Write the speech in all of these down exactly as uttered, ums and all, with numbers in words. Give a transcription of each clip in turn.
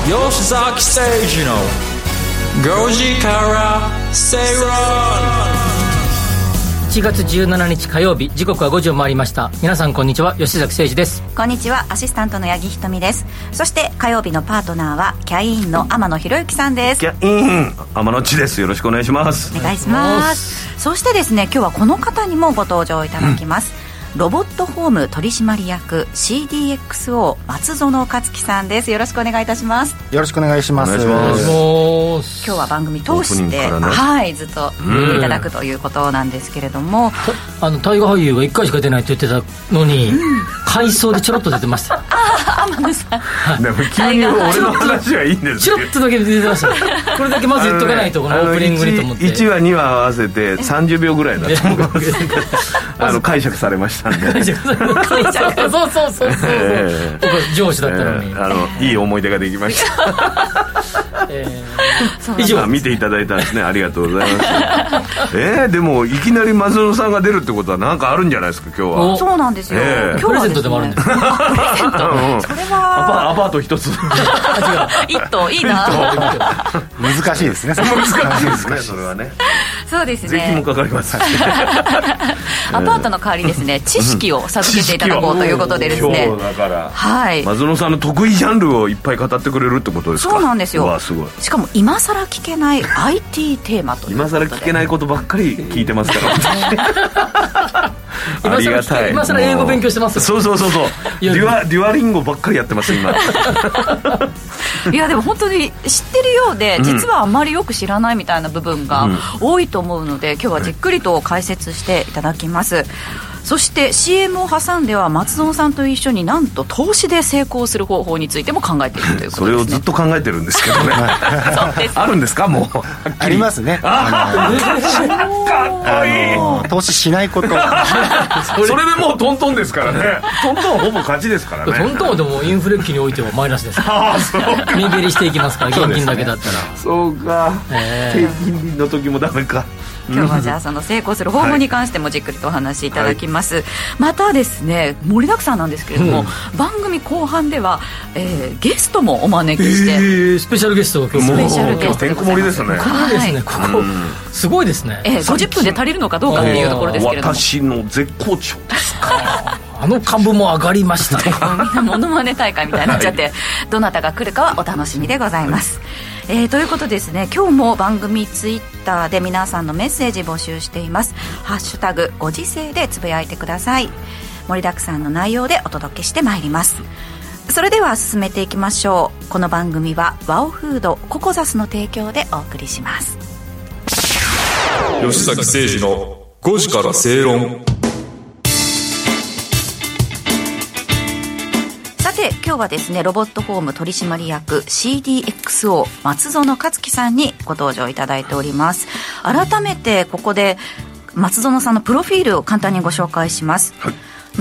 吉崎誠二のごじから正論。 いちがつじゅうしちにち火曜日、時刻はごじを回りました。皆さんこんにちは、吉崎誠二です。 こんにちは、アシスタントの八木ひとみです。そして火曜日のパートナーはキャインの天野博之さんです。 キャイン天野千です。よろしくお願いします。 お願いします。そしてですね、今日はこの方にもご登場いただきます、うん、ロボットホーム取締役 シーディーエックスオー 松園克樹さんです。よろしくお願いいたします。 よろしくお願いします。 今日は番組通して、ね、はい、ずっと見ていただくということなんですけれども、 あの大河俳優がいっかいしか出ないと言ってたのに、うん、回想でちょろっと出てました。 ああ、天野さん、 はい、でも急に俺の話はいいんですよ。ちょろっとだけ出てました。これだけまず言っとかないと、このオープニングにと思っていち, いちわにわ合わせてさんじゅうびょうぐらいだと思います。あの解釈されましたんで。解釈そうそうそうそうそう、えー、僕上司だったのに、えー、あのいい思い出ができました。えー、以上見ていただいたんですね。ありがとうございます。えー、でもいきなり松野さんが出るってことは何かあるんじゃないですか、今日は。 そうなんですよ、 えー、今日はですね、プレゼントでもあるんです。プレゼント、うん、 それはアパート一つ。 一棟いいな。 難しいですね。 難しいですね、それはね。 そうですね、 税金もかかります。 アパートの代わりですね、知識を授けていただこうということでですね、 今日だから、 はい、 松野さんの得意ジャンルをいっぱい語ってくれるってことですか。 そうなんですよ。 うわ、すごい。 しかも今更聞けない アイティー テーマということで、 今更聞けないことばっかり聞いてますからありがたい。 今更英語勉強してます。 そうそうそうそう。デュア、デュアリンゴばっかりやってます今。 いやでも本当に知ってるようで、実はあまりよく知らないみたいな部分が多いと思うので、今日はじっくりと解説していただきます。そして シーエム を挟んでは松園さんと一緒になんと投資で成功する方法についても考えているということですね。 それをずっと考えてるんですけどね。 そうです。 あるんですか、もう。 ありますね。あのかっこいい。 あの投資しないこと。 それでもうトントンですからね。トントンほぼ勝ちですからね。 トントンはでもインフレ期においてはマイナスですから。あ、そうか。目減りしていきますから、現金だけだったら。 そうか。低金利の時もダメか。 今日はじゃあその成功する方法に関してもじっくりとお話しいただきます、はい、またですね、盛りだくさんなんですけれども、うん、番組後半では、えー、ゲストもお招きして、えー、スペシャルゲストが今日もスペシャルゲストてんこ盛りですね。 ここですね、はい、ここすごいですね、 えー、ごじゅっぷんで足りるのかどうかっていうところですけれども、 私の絶好調ですか。 あの株も上がりましたみんなモノマネ大会みたいになっちゃって、はい、どなたが来るかはお楽しみでございます。えー、ということですね、今日も番組ツイッターで皆さんのメッセージ募集しています。ハッシュタグご時世でつぶやいてください。盛りだくさんの内容でお届けしてまいります。それでは進めていきましょう。この番組はワオフードココザスの提供でお送りします。 吉崎誠二のごじから正論。 さて今日はですね、ロボットホーム取締役 シーディーエックスオー 松園克樹さんにご登場いただいております。改めてここで松園さんのプロフィールを簡単にご紹介します、はい、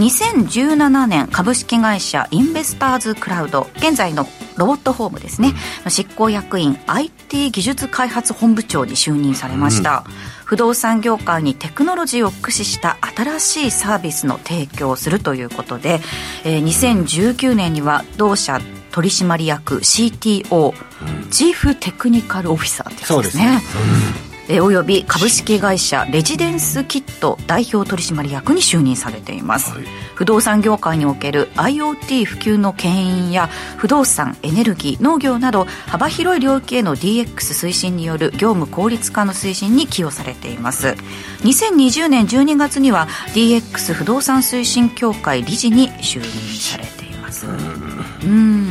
にせんじゅうななねん株式会社インベスターズクラウド、現在のロボットホームですね、うん、執行役員 アイティー 技術開発本部長に就任されました、うん、不動産業界にテクノロジーを駆使した新しいサービスの提供をするということで、えー、にせんじゅうきゅうねんには同社取締役 シーティーオー、うん、チーフテクニカルオフィサーってやつですね。そうですね、えー、および株式会社レジデンスキット代表取締役に就任されています、はい、不動産業界における アイオーティー 普及の牽引や不動産、エネルギー、農業など幅広い領域への ディーエックス 推進による業務効率化の推進に寄与されています。にせんにじゅうねんじゅうにがつには ディーエックス 不動産推進協会理事に就任されています。うん、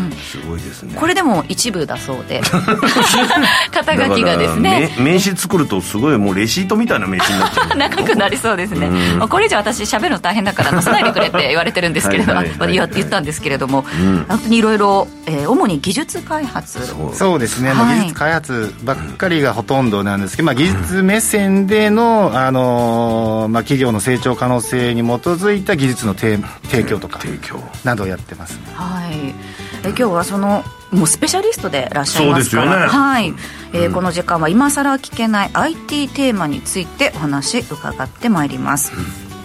すごいですね。 これでも一部だそうで肩書きがですね、 名刺作るとすごいもうレシートみたいな名刺になっちゃう長くなりそうですね、まあ、これ以上私喋るの大変だから載せないでくれって言われてるんですけれどもはいはい、はい、言ったんですけれども、うん、本当にいろいろ主に技術開発、 そう、そうですね、はい、まあ、技術開発ばっかりがほとんどなんですけど、まあ、技術目線での、あのーまあ、企業の成長可能性に基づいた技術の提供とかなどをやってますね。 はい、え今日はそのもうスペシャリストでいらっしゃいますから、 そうですよね、 はい、えーうん、この時間は今更聞けない アイティー テーマについてお話伺ってまいります、うん、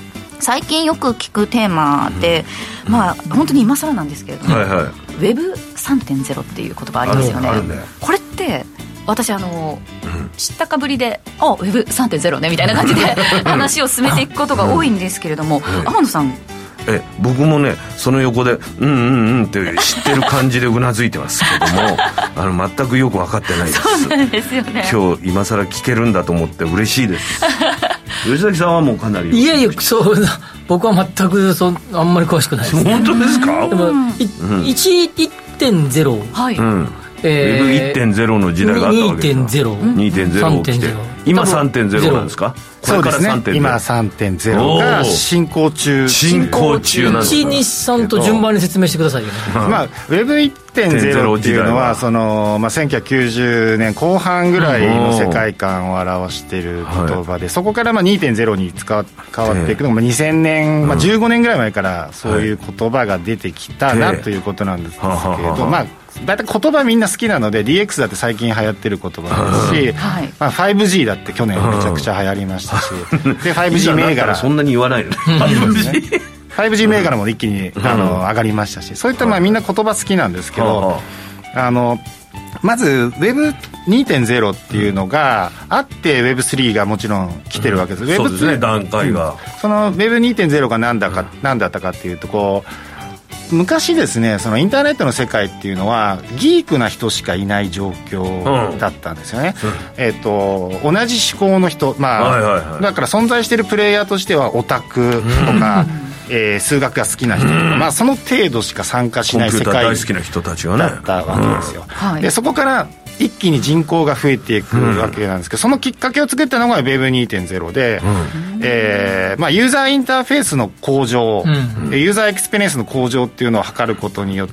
最近よく聞くテーマで、うん、まあ本当に今更なんですけれども、はいはい、ウェブさんてんゼロ っていう言葉ありますよね。これって私あの、うん、知ったかぶりであ ウェブさんてんゼロ ねみたいな感じで話を進めていくことが多いんですけれども、うん、天野さんえ僕もねその横でうんうんうんって知ってる感じでうなずいてますけどもあの全くよく分かってないです。 そうなんですよね。 今日今更聞けるんだと思って嬉しいです吉崎さんはもうかなりいやいやそう僕は全くそあんまり詳しくないです、ね、 本当ですか。 でも、うん、いってんゼロ、 はい、 うんえー、ウェブ いってんゼロ の時代があったわけですか。 にてんゼロにてんゼロ起きて今 さんてんゼロ なんですか。 そうですね、今 さんてんゼロ が進行中進行中なんですか。 いちにさんと順番に説明してくださいよね、 まあ、ウェブ いってんゼロ っていうのはその、まあ、せんきゅうひゃくきゅうじゅうねんこう半ぐらいの世界観を表している言葉で、そこからまあ にてんゼロ に使わ変わっていくのがにせんねん、まあ、じゅうごねんぐらい前からそういう言葉が出てきたなということなんですけれど、まあだいたい言葉みんな好きなので ディーエックス だって最近流行ってる言葉ですし、はいまあ、ファイブジー だって去年めちゃくちゃ流行りましたしで ファイブジー 銘柄そんなに言わないのねファイブジー 銘柄も一気にあの上がりましたし、そういったまあみんな言葉好きなんですけど、あのまず ウェブにてんゼロ っていうのがあって ウェブスリー がもちろん来てるわけです、うん、 そうですね段階が、うん、 その ウェブにてんゼロ が何だか、うん、何だったかっていうとこう昔ですね、そのインターネットの世界っていうのはギークな人しかいない状況だったんですよね、うんえー、と同じ思考の人、まあはいはいはい、だから存在しているプレイヤーとしてはオタクとか、うんえー、数学が好きな人とか、うんまあ、その程度しか参加しない世界だったわけですよ、うんはい、でそこから一気に人口が増えていくわけなんですけど、うん、そのきっかけを作ったのが ウェブにてんゼロ で、うんえーまあ、ユーザーインターフェースの向上、うん、ユーザーエクスペリエンスの向上っていうのを図ることによって、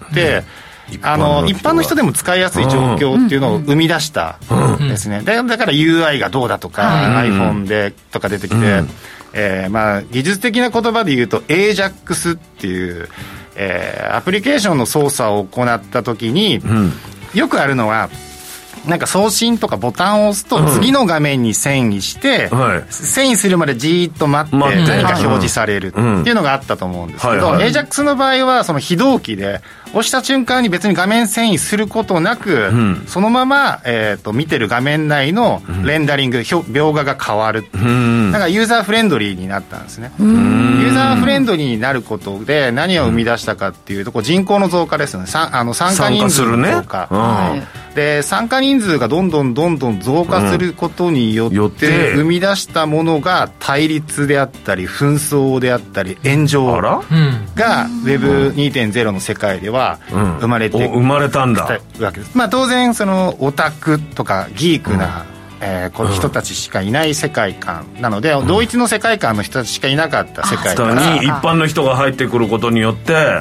うん、あの一般の人でも使いやすい状況っていうのを生み出したんですね、うん、だから ユーアイ がどうだとか、うん、iPhone でとか出てきて、うんえーまあ、技術的な言葉で言うと エージャックス っていう、えー、アプリケーションの操作を行った時に、うん、よくあるのはなんか送信とかボタンを押すと次の画面に遷移して、うんはい、遷移するまでじーっと待って何か表示されるっていうのがあったと思うんですけど、うんはいはい、エージャックス の場合はその非同期で押した瞬間に別に画面遷移することなく、うん、そのまま、えー、と見てる画面内のレンダリング、うん、描画が変わる、うん、だからユーザーフレンドリーになったんですね。ユーザーフレンドリーになることで何を生み出したかっていうとこう人口の増加ですよね。あの参加人数の増加、ねはい、で参加人数がどんどんどんどん増加することによって生み出したものが対立であったり紛争であったり炎上が ウェブにてんゼロ の世界では生まれて、 うん、生まれたんだわけです。まあ、当然そのオタクとかギークな、うんえー、この人たちしかいない世界観なので、うん、同一の世界観の人たちしかいなかった世界観に一般の人が入ってくることによって、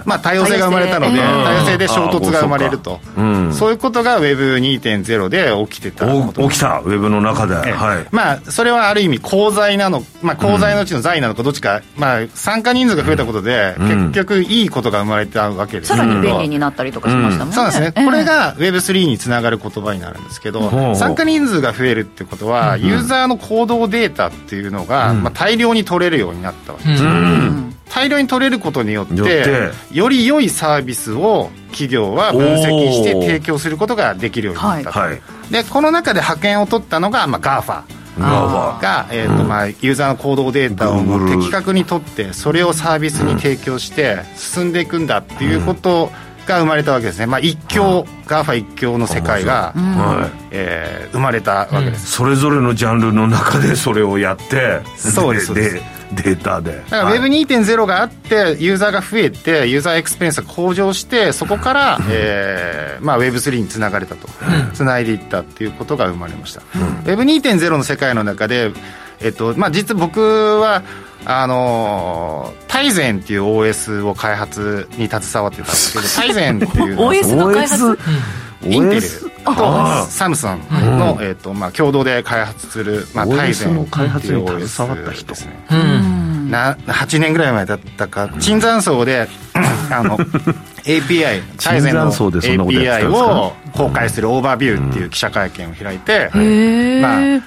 まあ、多様性が生まれたので、多様性で衝突が生まれると、うん、そういうことが ウェブにてんゼロ で起きてた起きたウェブの中で、えーはいまあ、それはある意味功罪なの、まあ、功罪のうちの罪なのかどっちか、まあ、参加人数が増えたことで、うん、結局いいことが生まれたわけです、 さらに便利になったりとかしましたもんね、うん、 そうですね、えー、これが ウェブスリー につながる言葉になるんですけど、うん、参加人数が増えるってことは、うんユーザーの行動データっていうのが、うんまあ、大量に取れるようになったわけです、うん、大量に取れることによってよってより良いサービスを企業は分析して提供することができるようになったと、はい、でこの中で覇権を取ったのが、まあ、ガーファが、えーとまあ、ユーザーの行動データを的確に取ってそれをサービスに提供して進んでいくんだっていうことをが生まれたわけですね、まあ、一強、うん、ガーファ一強の世界が、うんえー、生まれたわけです、うん、 それぞれのジャンルの中でそれをやってそうですででデータでだから ウェブにてんゼロ があってユーザーが増えてユーザーエクスペリエンスが向上してそこから、うんえーまあ、ウェブスリー につながれたと、うん、つないでいったっていうことが生まれました、うん、ウェブにてんゼロ の世界の中で、えっとまあ、実は僕はあのー、タイゼンっていう オーエス を開発に携わってたんですけどタイゼンっていうのはオーエス の開発、うん、 インテルとサムスンの、うんえーとまあ、共同で開発する、まあ、タイゼンの開発に携わった人ですね、うん、なはちねんぐらい前だったか椿山荘であの エーピーアイ タイゼンの エーピーアイ を公開するオーバービューっていう記者会見を開いて、うんまあ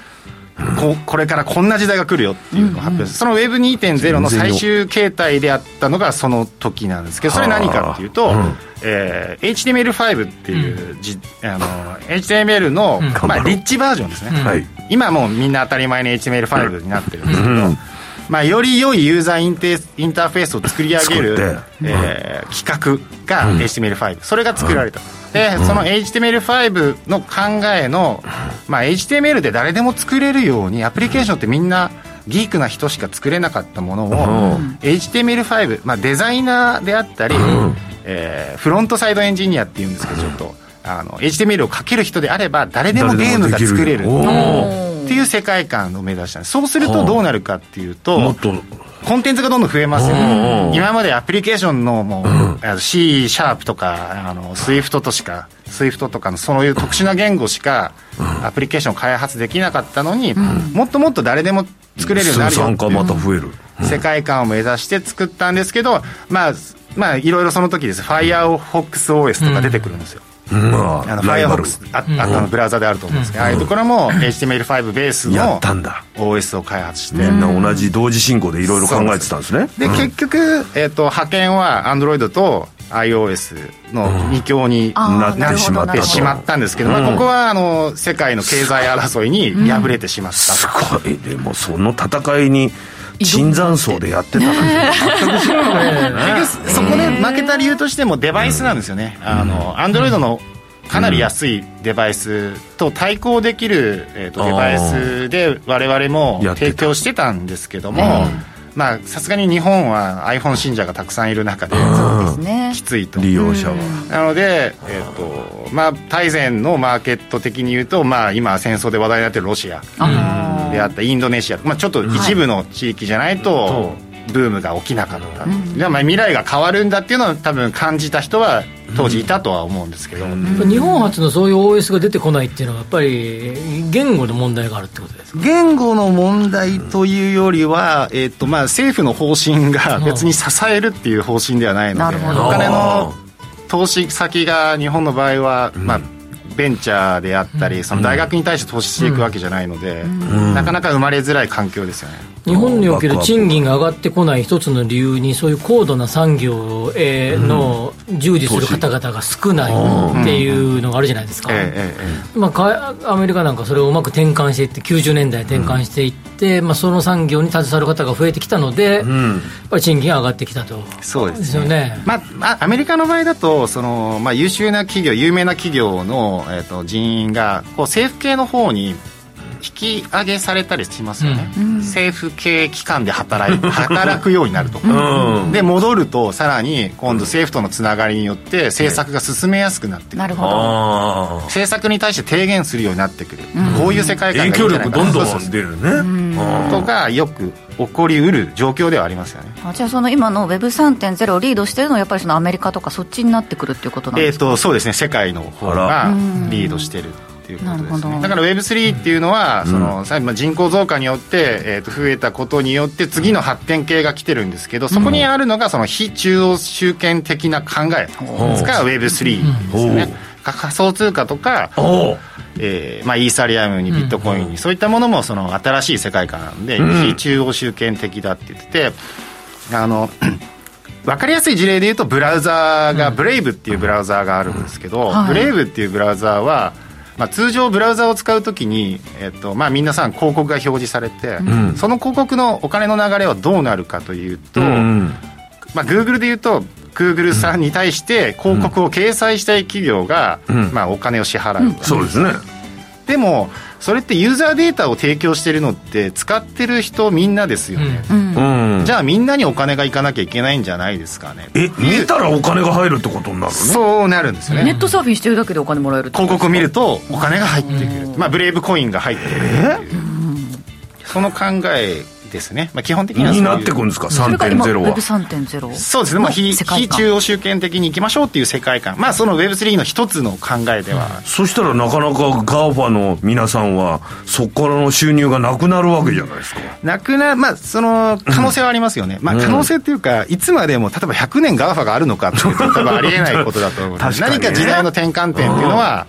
こ, これからこんな時代が来るよっていうのを発表して、その ウェブにてんゼロ の最終形態であったのがその時なんですけど、それ何かっていうと、うんえー、エイチティーエムエルファイブ っていうじ、うん、あの エイチティーエムエル の、うんまあ、リッチバージョンですね、うん、今もうみんな当たり前に エイチティーエムエルファイブ になってるんですけど、うんまあ、より良いユーザーインテインターフェースを作り上げる、えー、企画が エイチティーエムエルファイブ、それが作られた。でその エイチティーエムエルファイブ の考えの、まあ、エイチティーエムエル で誰でも作れるようにアプリケーションってみんなギークな人しか作れなかったものを エイチティーエムエルファイブ、まあ、デザイナーであったり、えー、フロントサイドエンジニアっていうんですけどちょっとあの エイチティーエムエル を書ける人であれば誰でもゲームが作れるっていう世界観を目指したんです。そうするとどうなるかっていうともっとコンテンツがどんどん増えますよね。今までアプリケーションのもう、うん、C シャープとかあの Swift としか Swift とかのそういう特殊な言語しかアプリケーションを開発できなかったのに、うん、もっともっと誰でも作れるようになるよっていうまた増える、 うん、世界観を目指して作ったんですけど、まあまあいろいろその時です Firefox オーエス とか出てくるんですよ、うんうん、あの Firefox ああったのブラウザであると思うんですけど、うん、ああいうところも エイチティーエムエルファイブ ベースの オーエス を開発してみんな同じ同時進行でいろいろ考えてたんですね。 で、うん、結局、えーと、派遣は Android と iOS のに強になってしまってしまったんですけど、うんまあ、ここはあの世界の経済争いに敗れてしまった、うん、 すごい。でもその戦いに椿山荘でやってたなんて全く知らないね。 そこで負けた理由としてもデバイスなんですよね、うん、あの Android のかなり安いデバイスと対抗できる、えー、とデバイスで我々も提供してたんですけども、まあさすがに日本は iPhone 信者がたくさんいる中できついと利用者はなので、えーとまあ、大前のマーケット的に言うと、まあ、今戦争で話題になっているロシアであったインドネシア、まあ、ちょっと一部の地域じゃないとブームが起きなかった、うん、でもまあ未来が変わるんだっていうのを多分感じた人は当時いたとは思うんですけど、うんうん、日本初のそういう オーエス が出てこないっていうのはやっぱり言語の問題があるってことですか。 言語の問題というよりは、えーとまあ、政府の方針が別に支えるっていう方針ではないので、お金の投資先が日本の場合は、まあベンチャーであったりその大学に対して投資していくわけじゃないので、うんうん、なかなか生まれづらい環境ですよね。 日本における賃金が上がってこない一つの理由にそういう高度な産業への従事する方々が少ないっていうのがあるじゃないですか、まあ、アメリカなんかそれをうまく転換していってきゅうじゅうねんだい転換していって、うんまあ、その産業に携わる方が増えてきたので、うん、やっぱり賃金が上がってきたと。 そうですよね。まあ、アメリカの場合だとその、まあ、優秀な企業有名な企業の、えー、と人員がこう政府系の方に引き上げされたりしますよね、うん、政府系機関で働い働くようになると、うん、で戻るとさらに今度政府とのつながりによって政策が進めやすくなってくる、なるほど。政策に対して提言するようになってくる、うん、こういう世界観がいいんじゃないか、 影響力どんどん出るね、うん、 とかよく起こりうる状況ではありますよね。 あじゃあその今の ウェブさんてんゼロ をリードしているのはやっぱりそのアメリカとかそっちになってくるっていうことなんですか。 えーとそうですね、世界の方がリードしてるっていうことですね。だから ウェブスリー っていうのは、うん、そのさ人口増加によって、えー、と増えたことによって次の発展系が来てるんですけど、そこにあるのがその非中央集権的な考えですから ウェブスリー ですよね。仮想通貨とか、えーまあ、イーサリアムにビットコインに、そういったものもその新しい世界観なんで、非中央集権的だって言ってて、あの分かりやすい事例で言うとブラウザーが、ブレイブっていうブラウザーがあるんですけど、ブレイブっていうブラウザーはまあ、通常ブラウザを使うときに、えっとまあ、皆さん広告が表示されて、うん、その広告のお金の流れはどうなるかというと、うんまあ、Google でいうと Google さんに対して広告を掲載したい企業が、うんまあ、お金を支払う、うん、 そうですね。 でもそれってユーザーデータを提供してるのって使ってる人みんなですよね、うんうん、じゃあみんなにお金がいかなきゃいけないんじゃないですかね。 え見たらお金が入るってことになるのね。 そうなるんですよね。 ネットサーフィンしてるだけでお金もらえるって広告を見るとお金が入ってくる、まあ、ブレイブコインが入ってくるっていう、その考えですね。まあ、基本的にはそういうになってくるんですか さんてんゼロ は。 ウェブさんてんゼロそうですね、まあ、非, 非中央集権的にいきましょうっていう世界観、まあ、その ウェブスリー の一つの考えでは、 うん、そしたらなかなか ガーファ の皆さんはそこからの収入がなくなるわけじゃないですか。 なくな、まあ、その可能性はありますよね、まあ、可能性っていうかいつまでも例えばひゃくねん ガーファ があるのかっていうと多分ありえないことだと思う、ね、何か時代の転換点っていうのは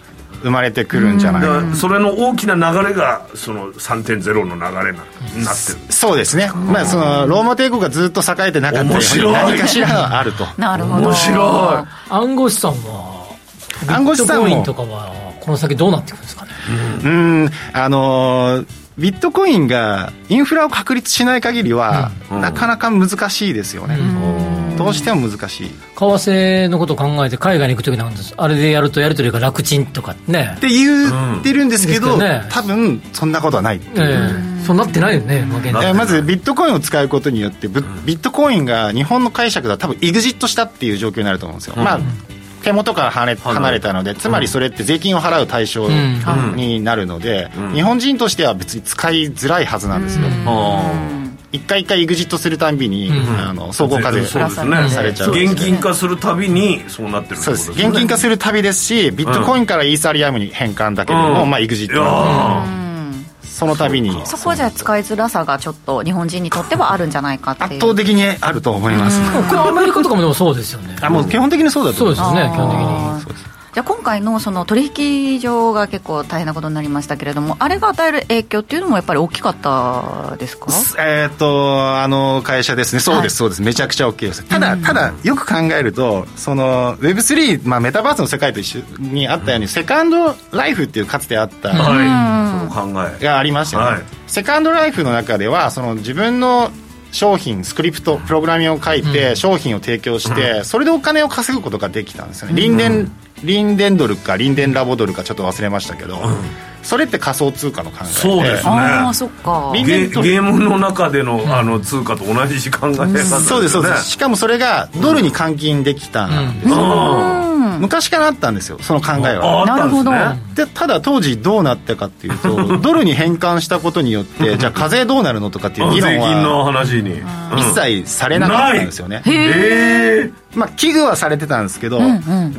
生まれてくるんじゃないか、 うん、それの大きな流れがその さんてんゼロ の流れになってる、 そうですね、まあ、そのローマ帝国がずっと栄えてなかったように何かしらがあると。 なるほど。 面白い。 暗号資産は暗号資産もビットコインとかはこの先どうなっていくんですかね。 うん、うんあのービットコインがインフラを確立しない限りは、うん、なかなか難しいですよね、うん、どうしても難しい。 為替のことを考えて海外に行くときなんです、あれでやるとやり取りが楽ちんとかねって言ってるんですけど、 うんね、 多分そんなことはないっていう、えー、そうなってないよね、まあ、現在まずビットコインを使うことによってビットコインが日本の解釈では多分エグジットしたっていう状況になると思うんですよ、うん、まあ手元から離れたので、つまりそれって税金を払う対象になるので、うん、日本人としては別に使いづらいはずなんですよ、うん、一回一回エグジットするたんびに、うん、あの総合課税されちゃう、 現金化するたびにそうなってるってことですね。 そうです、現金化するたびですし、ビットコインからイーサリアムに変換だけでも、うん、まあエグジットなんで、その度にそこじゃ使いづらさがちょっと日本人にとってはあるんじゃないかっていう、 圧倒的にあると思います。 これアメリカとかもでもそうですよね。 あ、もう基本的にそうだと思います。 そうですね、基本的にそうです。 じゃあ今回のその取引所が結構大変なことになりましたけれども、あれが与える影響っていうのもやっぱり大きかったですか？ えー、っとあの会社ですね、そうです、はい、そうです、めちゃくちゃ大きいです。ただ、ただよく考えるとその ウェブスリー、まあ、メタバースの世界と一緒にあったように、うん、セカンドライフっていうかつてあった、 うん、はい、その考えがありましたよね、はい、セカンドライフの中ではその自分の商品、スクリプト、プログラミングを書いて商品を提供して、うん、それでお金を稼ぐことができたんですよね。リンデン、うん、リンデンドルかリンデンラボドルかちょっと忘れましたけど、うん、それって仮想通貨の考えで、 そうですね、 ああそっか、 ゲ、ゲームの中での、うん、あの通貨と同じ考え方なんですよね、うん、 そうです、そうです。しかもそれがドルに換金できたんですよ、うんうん、昔からあったんですよ、その考えは。 なるほど。 でただ当時どうなったかっていうとドルに変換したことによってじゃあ課税どうなるのとかっていう議論は税金の話に一切されなかったんですよね。 へえ。 まあ危惧はされてたんですけど、 うんうん、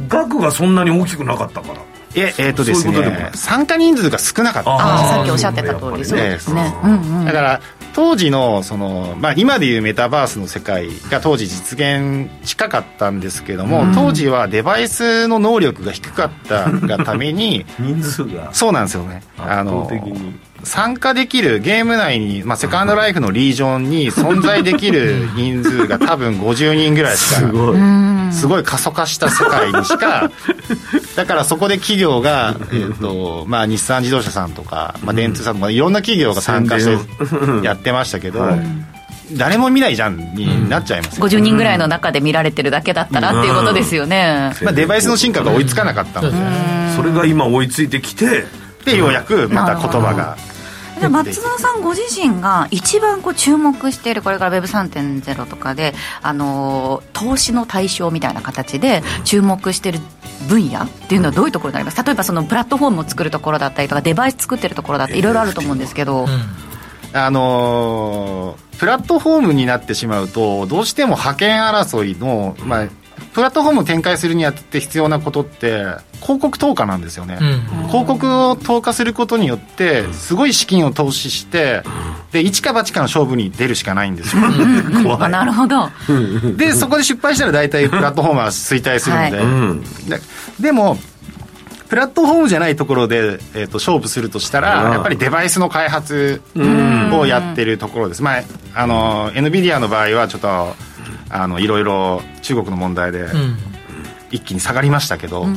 額がそんなに大きくなかったから。 ええー、とですね、参加人数が少なかった。 ああ、さっきおっしゃってた通りそうですね、うんうん、 だから当時のその、まあ、今でいうメタバースの世界が当時実現近かったんですけども、うん、当時はデバイスの能力が低かったがために人数がそうなんですよね、あの参加できるゲーム内に、まあ、セカンドライフのリージョンに存在できる人数が多分ごじゅうにんぐらいしかすごいすごい過疎化した世界にしかだからそこで企業が、えーとまあ、日産自動車さんとか、まあ、電通さんとかいろんな企業が参加してやってましたけど、はい、誰も見ないじゃんになっちゃいますよ、ね、 ごじゅうにんぐらいの中で見られてるだけだったらっていうことですよね、 まあ、デバイスの進化が追いつかなかったので、 それが今追いついてきてでようやくまた言葉がで松澤さんご自身が一番こう注目しているこれから ウェブさんてんゼロ とかで、あのー、投資の対象みたいな形で注目している分野っていうのはどういうところになります？例えばそのプラットフォームを作るところだったりとかデバイス作ってるところだっていろいろあると思うんですけど、うん、 あのー、プラットフォームになってしまうとどうしても覇権争いの、まあプラットフォームを展開するにあたって必要なことって広告投下なんですよね、うん、広告を投下することによってすごい資金を投資してで一か八かの勝負に出るしかないんですよ怖い。なるほど。 でそこで失敗したら大体プラットフォームは衰退するので、はい、で, でもプラットフォームじゃないところで、えー、と勝負するとしたらやっぱりデバイスの開発をやってるところです。まあ、あの エヌビディア の場合はちょっとあのいろいろ中国の問題で一気に下がりましたけど、うん、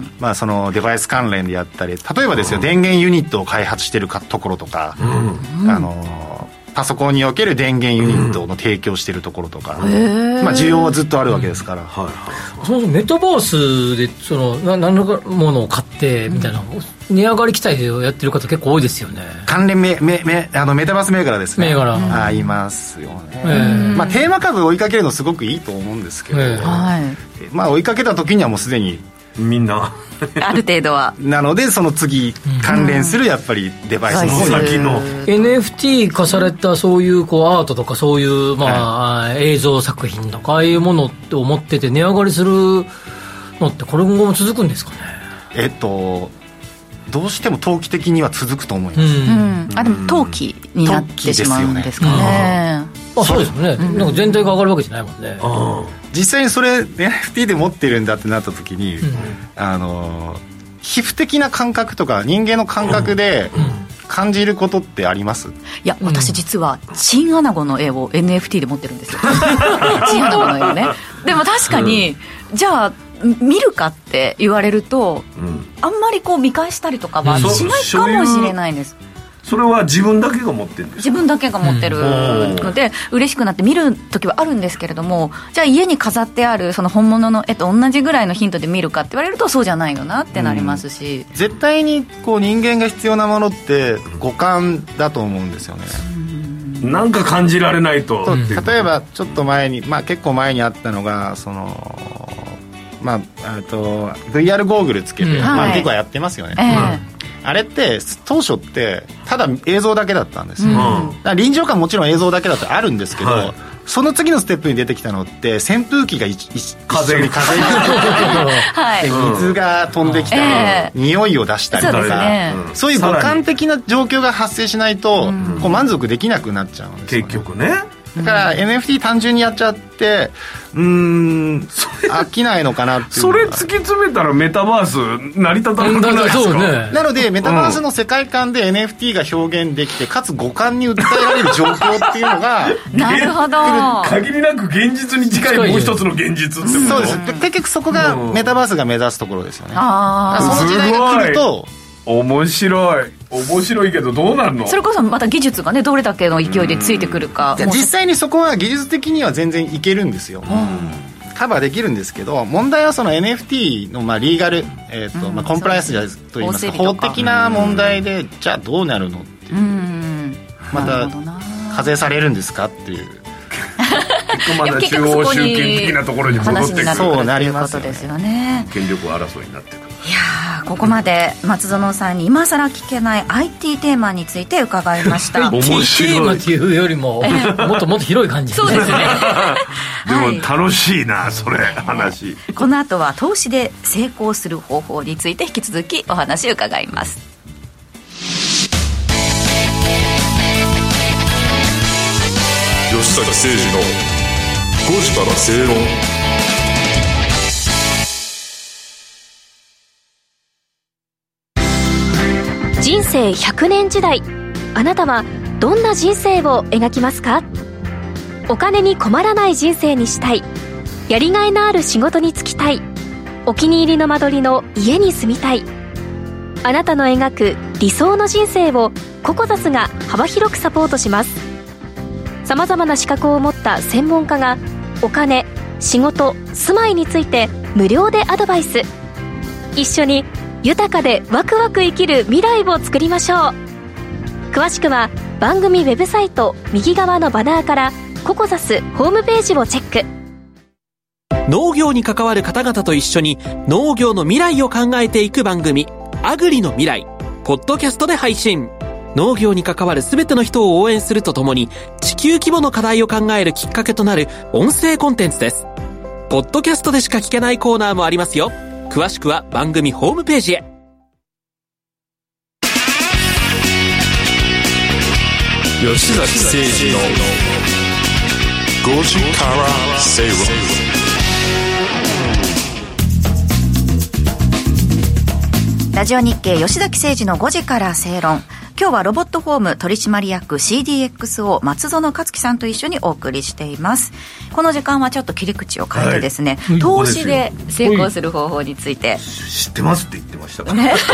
まあ、そのデバイス関連でやったり例えばですよ、電源ユニットを開発してるかところとか、うん、あのパソコンにおける電源ユニットの提供しているところとか、うん、まあ、需要はずっとあるわけですから、うん、はいはい、 そのメタバースでその何らかものを買ってみたいな、うん、値上がり期待をやってる方結構多いですよね。 関連メメメあのメタバース銘柄ですね。 銘柄、うん、 あいますよね、まあ、テーマ株追いかけるのすごくいいと思うんですけど、はい、まあ、追いかけた時にはもうすでにみんなある程度はなのでその次関連するやっぱりデバイスの先のエヌエフティー 化されたそういうこうアートとかそういう、まあ、はい、映像作品とかああいうものって思ってて値上がりするのってこれ今後も続くんですかね。 えっとどうしても投機的には続くと思います、 うんうん、あでも投機になってしまうんですかね。 あ、そうですよね、うん、なんか全体が上がるわけじゃないもんね。 あ実際にそれ エヌエフティー で持ってるんだってなった時に、うん、あの皮膚的な感覚とか人間の感覚で感じることってあります？ いや、私実はチンアナゴの絵を エヌエフティー で持ってるんですよチンアナゴの絵をね。でも確かに、うん、じゃあ見るかって言われると、うん、あんまりこう見返したりとかはしないかもしれないんです。 それは自分だけが持ってるんですか？ 自分だけが持ってるので、うん、嬉しくなって見る時はあるんですけれども、じゃあ家に飾ってあるその本物の絵と同じぐらいのヒントで見るかって言われるとそうじゃないよなってなりますし、 うん、絶対にこう人間が必要なものって五感だと思うんですよね。 うん、なんか感じられないと。 例えばちょっと前に、まあ、結構前にあったのがその、まあ、あと ブイアール ゴーグルつけて、うん、まあ、結構やってますよね。えーあれって当初ってただ映像だけだったんですよ、うん、だから臨場感もちろん映像だけだとあるんですけど、はい、その次のステップに出てきたのって扇風機が一緒に風がはい、水が飛んできたり、えー、匂いを出したりとか、そうですね、そういう五感的な状況が発生しないと、うん、こう満足できなくなっちゃうんですよね、 結局ね。 だから エヌエフティー 単純にやっちゃってうーん飽きないのかなっていう。 それ突き詰めたらメタバース成り立たなくないですか？ ね、なのでメタバースの世界観で エヌエフティー が表現できて、かつ五感に訴えられる状況っていうのがなるほど限りなく現実に近いもう一つの現実ってこと。 そうです。結局そこがメタバースが目指すところですよね。あその時代が来ると面白い面白いけどどうなるの？ それこそまた技術がねどれだけの勢いでついてくるか。 実際にそこは技術的には全然いけるんですよ、うん、カバーできるんですけど、問題はその エヌエフティー のまあリーガル、えーとまあ、コンプライアンスといいますか法的な問題でじゃあどうなるのっていう、うん、また課税されるんですかっていうまだ中央集権的なところに戻ってくる。 そうなりますですよね。 権力争いになってくる。 いやここまで松園さんに今さら聞けない アイティー テーマについて伺いました面白い。テーマっていうよりももっともっと広い感じ。 そうですねでも楽しいな、はい、それ話。 この後は投資で成功する方法について引き続きお話を伺います。 吉坂誠二のごじから正論。 人生ひゃくねん時代、あなたはどんな人生を描きますか？お金に困らない人生にしたい、やりがいのある仕事に就きたい、お気に入りの間取りの家に住みたい。あなたの描く理想の人生をココザスが幅広くサポートします。さまざまな資格を持った専門家がお金、仕事、住まいについて無料でアドバイス。一緒に豊かでワクワク生きる未来を作りましょう。詳しくは番組ウェブサイト右側のバナーからココザスホームページをチェック。農業に関わる方々と一緒に農業の未来を考えていく番組、アグリの未来、ポッドキャストで配信。農業に関わる全ての人を応援するとともに地球規模の課題を考えるきっかけとなる音声コンテンツです。ポッドキャストでしか聞けないコーナーもありますよ。詳しくは番組ホームページへ。 吉崎誠二のごじから正論。 ラジオ日経吉崎誠二のごじから正論。今日はロボットフォーム取締役 シーディーエックスオー 松園克樹さんと一緒にお送りしています。この時間はちょっと切り口を変えてですね、はい、投資で成功する方法について知ってますって言ってましたから、ね、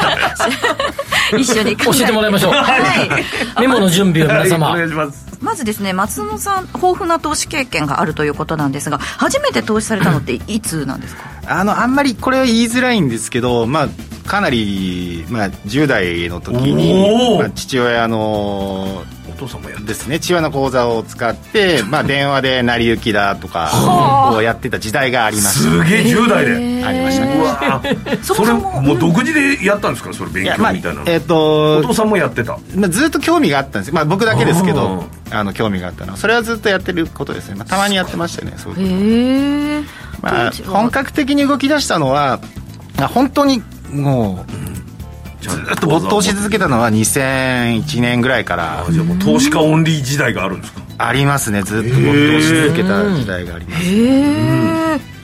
一緒に教えてもらいましょう、はい、メモの準備を皆様、 はい、お願いします。 まずですね、松野さん豊富な投資経験があるということなんですが、初めて投資されたのっていつなんですか？ あのあんまりこれは言いづらいんですけど、まあかなり、まあ、じゅう代の時に、まあ、父親のお父さんもやですね、父親の口座を使って、まあ、電話で成り行きだとかをやってた時代がありました。 すげえじゅう代でありましたね。 うわそれもう独自でやったんですか？それ勉強みたいなの、まあえー、とお父さんもやってた、 まあ、ずっと興味があったんですよ、まあ、僕だけですけどあの興味があったのはそれはずっとやってることですね、まあ、たまにやってましたね。そういうこと、まあ、本格的に動き出したのは本当にもう、うん、ずっと没頭し続けたのはにせんいちねんぐらいから。 あ、じゃあもう投資家オンリー時代があるんですか？ ありますね。ずっと没頭し続けた時代があります。へー、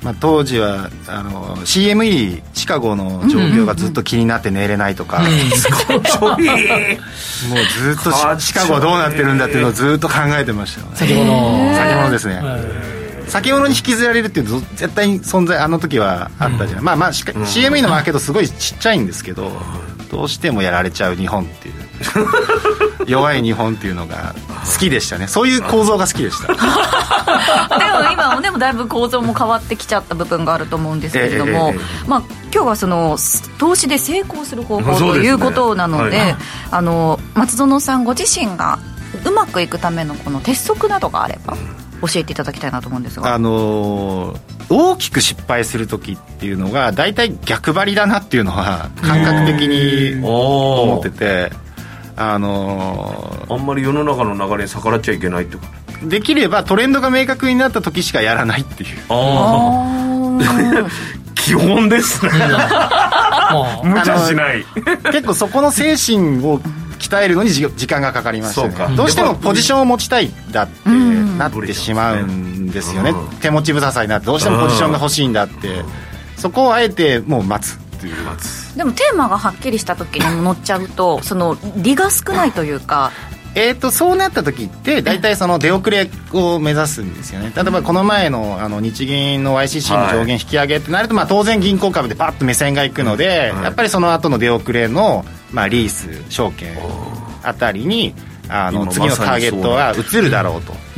まあ、当時はあの シーエムイー シカゴの状況がずっと気になって寝れないとか、うんうんうん、すごいもうずっとシカゴはどうなってるんだっていうのをずっと考えてましたよね。 先物先物ですね。先物に引きずられるっていうの絶対に存在あの時はあったじゃない、うん、まあまあ シーエムイー のマーケットすごいちっちゃいんですけど、どうしてもやられちゃう日本っていう弱い日本っていうのが好きでしたね。そういう構造が好きでしたでも今もでもだいぶ構造も変わってきちゃった部分があると思うんですけれども、えーえーまあ、今日はその投資で成功する方法ということなので、はい、あの松園さんご自身がうまくいくためのこの鉄則などがあれば教えていただきたいなと思うんですが、 あのー、大きく失敗する時っていうのが大体逆張りだなっていうのは感覚的に思ってて、あのー、あんまり世の中の流れに逆らっちゃいけないってこと。 できればトレンドが明確になった時しかやらないっていう。 あ基本ですね無茶しない結構そこの精神を鍛えるのに時間がかかりましたね。どうしてもポジションを持ちたいだってなってしまうんですよね、うん、手持ち無沙汰になってどうしてもポジションが欲しいんだって、うん、そこをあえてもう待つっていう。待つ。 でもテーマがはっきりした時に乗っちゃうとその利が少ないというかえー、とそうなった時って大体その出遅れを目指すんですよね。例えばこの前 の, あの日銀の ワイシーシー の上限引き上げってなると、まあ当然銀行株でパッと目線がいくので、やっぱりその後の出遅れの、まあ、リース証券あたりにあの次のターゲットが移るだろうと、うん、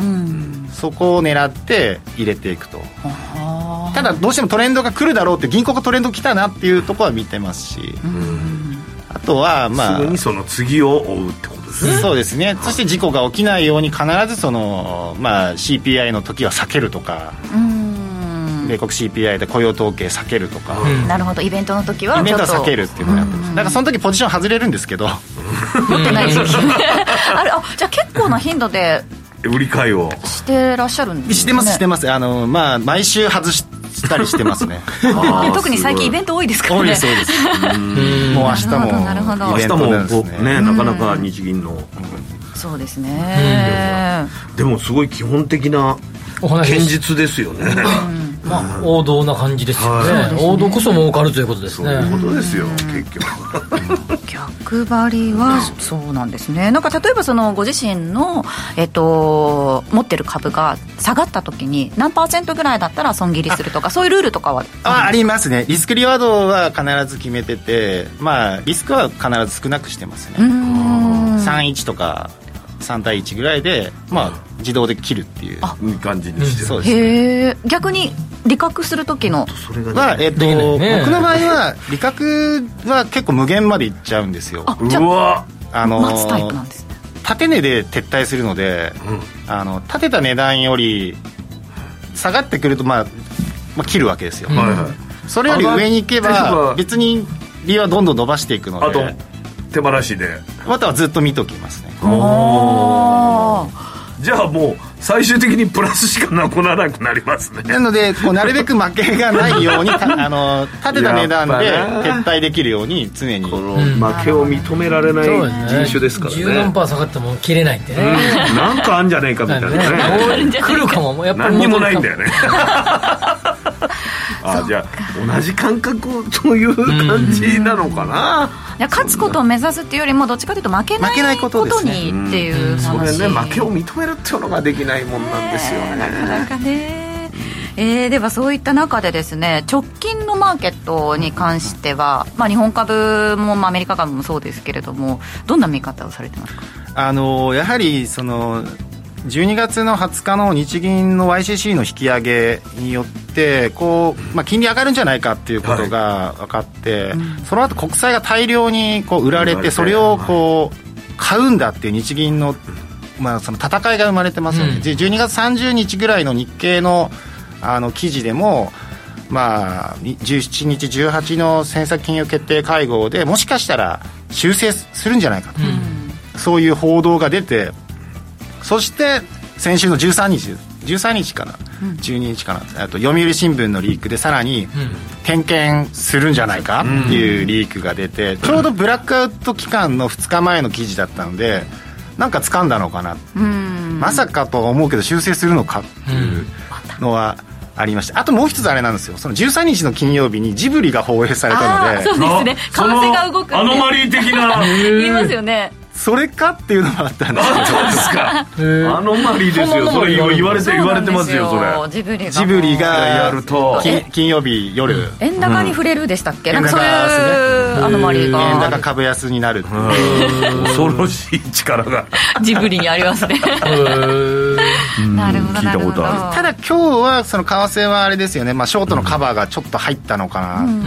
そこを狙って入れていくと。ただどうしてもトレンドが来るだろうって銀行がトレンド来たなっていうところは見てますし、うん、あとはまあすぐにその次を追うってことですね。 そうですね。そして事故が起きないように必ずその、まあ、シーピーアイ の時は避けるとか、うーん米国 シーピーアイ で雇用統計避けるとか、 うん、なるほど。イベントの時はちょっとイベントは避けるっていうのをやってます。だからその時ポジション外れるんですけど持ってない時あれあじゃあ結構な頻度で売り買いをしてらっしゃるんですね。 してますしてます。あの、まあ、毎週外したりしてますね特に最近イベント多いですからね。 多いです多いですうんもう明日もなるほど明日もね、なかなか日銀の、うん、 そうですね、 うん、でもすごい基本的な堅実ですよね、うんまあ、王道な感じですよね、はい、王道こそ儲かるということですね。 そういうことですよ、結局逆張りはそうなんですね。なんか例えばそのご自身の、えっと、持ってる株が下がった時に何パーセントぐらいだったら損切りするとかそういうルールとかはあ, ありますね。リスクリワードは必ず決めてて、まあ、リスクは必ず少なくしてますね。うーんさんいちとかさん対いちぐらいで、まあ、自動で切るっていう感じにしてる、うん、 そうです。 へー逆に利確する時のは、えっとね、僕の場合は利確は結構無限までいっちゃうんですよ。 あじゃああの待つタイプなんですね。 高値で撤退するので、うん、あの立てた値段より下がってくると、まあまあ、切るわけですよ、うんはいはい、それより上に行けば別に利はどんどん伸ばしていくので、 あと手放しでまたはずっと見ときますね。 あじゃあもう最終的にプラスしかなくならなくなりますね。 なのでこうなるべく負けがないようにあの立てた値段で撤退できるように常にこの負けを認められない人種ですからね。 じゅうなんパーセント下がっても切れないんでね、 うん、なんかあんじゃねえかみたいなね来るかもやっぱり何にもないんだよねあじゃあ同じ感覚という感じなのかな。 いや勝つことを目指すっていうよりもどっちかというと負けないことにっていう話、 うん、それね負けを認めるっていうのができないもんなんですよね、 なかなかね、えー、ではそういった中でですね直近のマーケットに関しては、まあ、日本株も、まあ、アメリカ株もそうですけれどもどんな見方をされてますか。 あのやはりそのじゅうにがつのはつかの日銀の ワイシーシー の引き上げによってこう、まあ、金利上がるんじゃないかっていうことが分かって、はいうん、その後国債が大量にこう売られてそれをこう買うんだっていう日銀の、まあ、その戦いが生まれてますよね、うん、じゅうにがつさんじゅうにちぐらいの日経 の, あの記事でも、まあ、じゅうしちにちじゅうはちの政策金融決定会合でもしかしたら修正するんじゃないかと、うん、そういう報道が出てそして先週のじゅうさんにちじゅうさんにちかな、うん、じゅうににちかなあと読売新聞のリークでさらに点検するんじゃないかっていうリークが出て、うん、ちょうどブラックアウト期間のふつかまえの記事だったのでなんか掴んだのかな、うん、まさかとは思うけど修正するのかっていうのはありました。あともう一つあれなんですよ、そのじゅうさんにちの金曜日にジブリが放映されたので、 そうですね、為替が動くアノマリー的な言いますよね。 それかっていうのもあったんですけど。 そうですか。アノマリーですよ。それ言われて言われてますよ。それジブリがジブリがやると金曜日夜、うん、 円高に触れるでしたっけ、うん、なんかそういうアノマリーが円高株安になるっていう恐ろしい力がジブリにありますね。なるほど、なるほど。 ただ今日はその為替はあれですよね、まあ、ショートのカバーがちょっと入ったのかな、うん、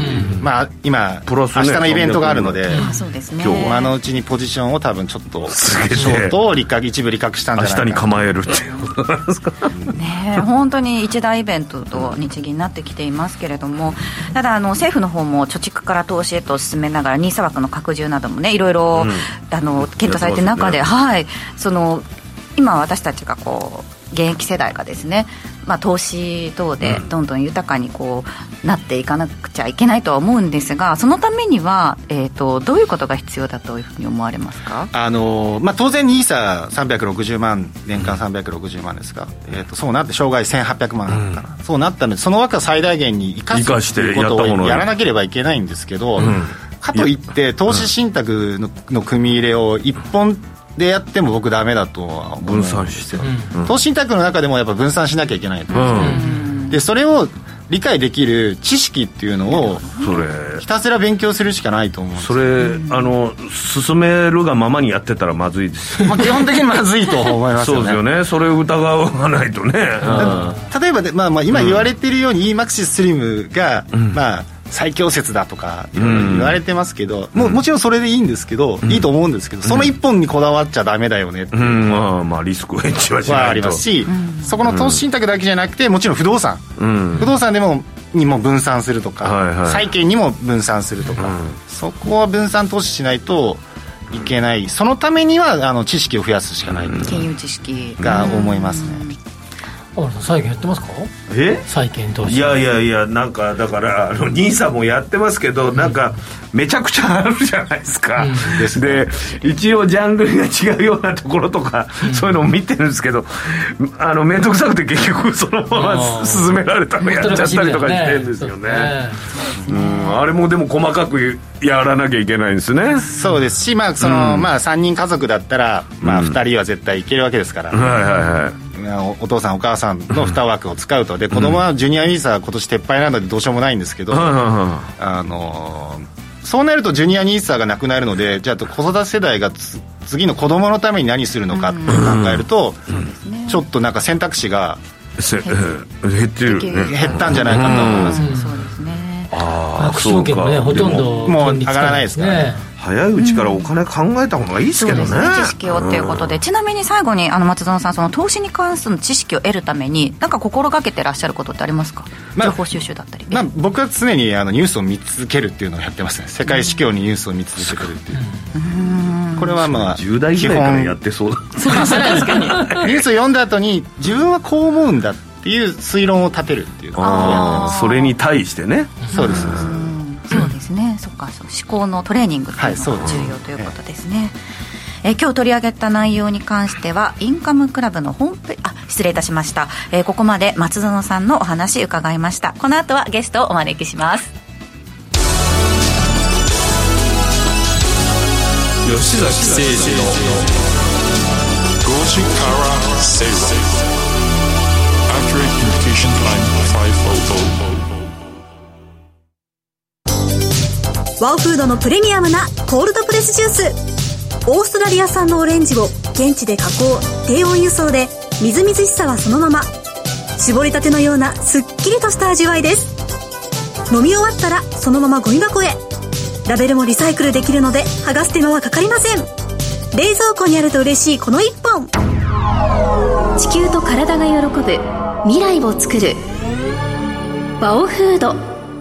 まあ、今プラス、ね、明日のイベントがあるので、 あ、そうですね、 今日あのうちにポジションを多分ちょっとショートを利確一部利確したんじゃないかな。 明日に構えるっていうことなんですかね。本当に一大イベントと日銀になってきていますけれども、ただあの政府の方も貯蓄から投資へと進めながらニーサ枠の拡充などもね、いろいろ、うん、あの検討されている中で、ね、はい、その今私たちがこう現役世代がですね、まあ、投資等でどんどん豊かにこうなっていかなくちゃいけないとは思うんですが、そのためには、えーと、どういうことが必要だというふうに思われますか？ あの、まあ、当然ニーサさんびゃくろくじゅうまん、年間さんびゃくろくじゅうまんですが、えーと、そうなって生涯せんはっぴゃくまんかな、うん、そうなったのでその枠は最大限に生かすということをやらなければいけないんですけど、うん、かといって投資信託 の, の組み入れを一本でやっても僕ダメだとは思うんですよ。 分散して、 うん、投資信託の中でもやっぱ分散しなきゃいけないと思うんですね、うん、でそれを理解できる知識っていうのをそれひたすら勉強するしかないと思うんです。 それ、うん、あの進めるがままにやってたらまずいです、 まあ、基本的にまずいと思いますよね。 そうですよね、それを疑わないとね、 うん、例えばで、まあ、まあ今言われているように、うん、イーマックシススリムが、うん、まあ最強説だとかいろいろ言われてますけど、うん、も, もちろんそれでいいんですけど、うん、いいと思うんですけど、その一本にこだわっちゃダメだよねっていう、 うんまあ、まあリスクヘッジはしないとはありますし、うん、そこの投資信託だけじゃなくてもちろん不動産、うん、不動産でもにも分散するとか、はいはい、債券にも分散するとか、うん、そこは分散投資しないといけない。そのためにはあの知識を増やすしかない、うん、 金融知識が思いますね、うん。 債券やってますか？ え債券投資。 いやいやいや、なんかだからあのニーサもやってますけど、なんかめちゃくちゃあるじゃないですか、うん、ですで一応ジャンルが違うようなところとか、うん、そういうのを見てるんですけど、あの面倒くさくて結局そのまま進められたのやっちゃったりとかしてるんですよね。うん、あれもでも細かくやらなきゃいけないんですね。 そうですし、まあその、うん、まあさんにん家族だったら、まあ、ふたりは絶対いけるわけですから、うん、はいはいはい、お父さんお母さんのに枠を使うと。で子供はジュニアニーサは今年撤廃なのでどうしようもないんですけど、うん、あのそうなるとジュニアニーサがなくなるので、じゃあ子育て世代がつ次の子供のために何するのかって考えると、うん、ちょっとなんか選択肢が減ってる、ね、 減ったんじゃないかと思います、 うん、そうですね。 ああ、証券もねほとんどもう上がらないですからね。 早いうちからお金考えた方がいいですけどね、うん、そうですね、 知識をということで、うん、ちなみに最後にあの松園さん、その投資に関する知識を得るために何か心がけてらっしゃることってありますか？まあ、情報収集だったり、 まあ、僕は常にあのニュースを見続けるっていうのをやってますね。世界市況にニュースを見続けるっていう、うん、これはまあじゅう代ぐらいからやってそうだ確かにニュースを読んだ後に自分はこう思うんだっていう推論を立てるっていう。 あ、それに対してね。 そうです、そうです、 そうですね。そっか、そう思考のトレーニングっていうのが重要ということですね。えー、今日取り上げた内容に関してはインカムクラブのホームページ、あ、失礼いたしました、えー、ここまで松園さんのお話伺いました。この後はゲストをお招きします。 吉崎誠二のごじから正論 Accurate Communication Time ごひゃく。 ワオフードのプレミアムなコールドプレスジュース。オーストラリア産のオレンジを現地で加工、低温輸送でみずみずしさはそのまま。絞りたてのようなすっきりとした味わいです。飲み終わったらそのままゴミ箱へ。ラベルもリサイクルできるので剥がす手間はかかりません。冷蔵庫にあると嬉しいこの一本。 地球と体が喜ぶ未来を作るワオフード。